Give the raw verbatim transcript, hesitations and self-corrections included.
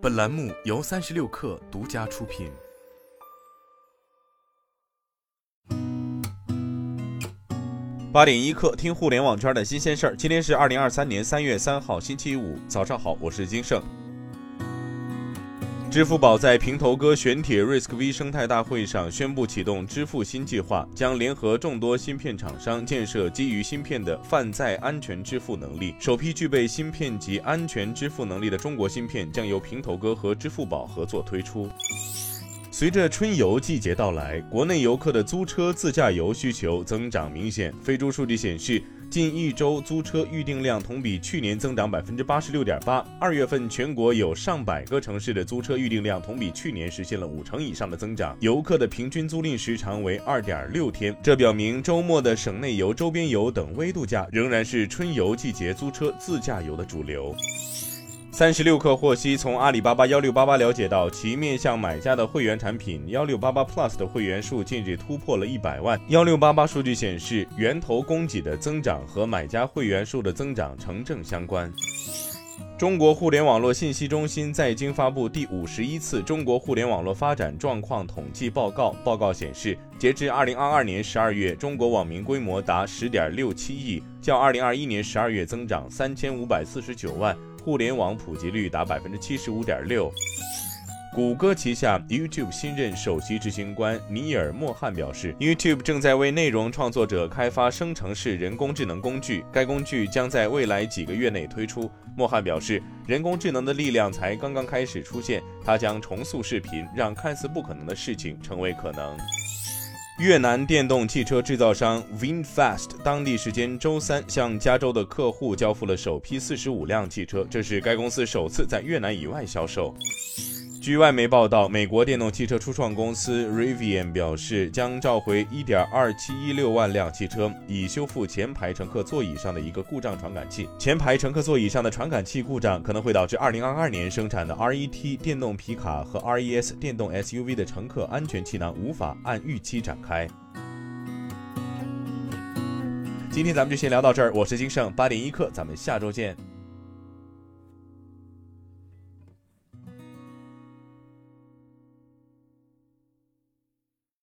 本栏目由三十六氪独家出品。 八点一刻，听互联网圈的新鲜事儿。今天是二零二三年三月三号，星期五，早上好，我是金盛。支付宝在平头哥玄铁 RISC-V 生态大会上宣布启动支付新计划，将联合众多芯片厂商建设基于芯片的泛在安全支付能力。首批具备芯片及安全支付能力的中国芯片将由平头哥和支付宝合作推出。随着春游季节到来，国内游客的租车自驾游需求增长明显。飞猪数据显示，近一周租车预订量同比去年增长 百分之八十六点八。 二月份全国有上百个城市的租车预订量同比去年实现了五成以上的增长，游客的平均租赁时长为 二点六天。这表明周末的省内游、周边游等微度假仍然是春游季节租车自驾游的主流。三十六氪获悉，从阿里巴巴一六八八了解到，其面向买家的会员产品一六八八 Plus 的会员数近日突破了一百万。一六八八数据显示，源头供给的增长和买家会员数的增长成正相关。中国互联网络信息中心在京发布第五十一次中国互联网络发展状况统计报告。报告显示，截至二零二二年十二月，中国网民规模达 十点六七亿，较二零二一年十二月增长三千五百四十九万，互联网普及率达 百分之七十五点六。谷歌旗下 YouTube 新任首席执行官尼尔·莫汉表示， YouTube 正在为内容创作者开发生成式人工智能工具，该工具将在未来几个月内推出。莫汉表示，人工智能的力量才刚刚开始出现，它将重塑视频，让看似不可能的事情成为可能。越南电动汽车制造商 VinFast 当地时间周三向加州的客户交付了首批四十五辆汽车，这是该公司首次在越南以外销售。据外媒报道，美国电动汽车初创公司 Rivian 表示，将召回 一点二七一六万辆汽车，以修复前排乘客座椅上的一个故障传感器。前排乘客座椅上的传感器故障可能会导致二零二二年生产的 R E T 电动皮卡和 R E S 电动 S U V 的乘客安全气囊无法按预期展开。今天咱们就先聊到这儿，我是金盛，八点一刻，咱们下周见。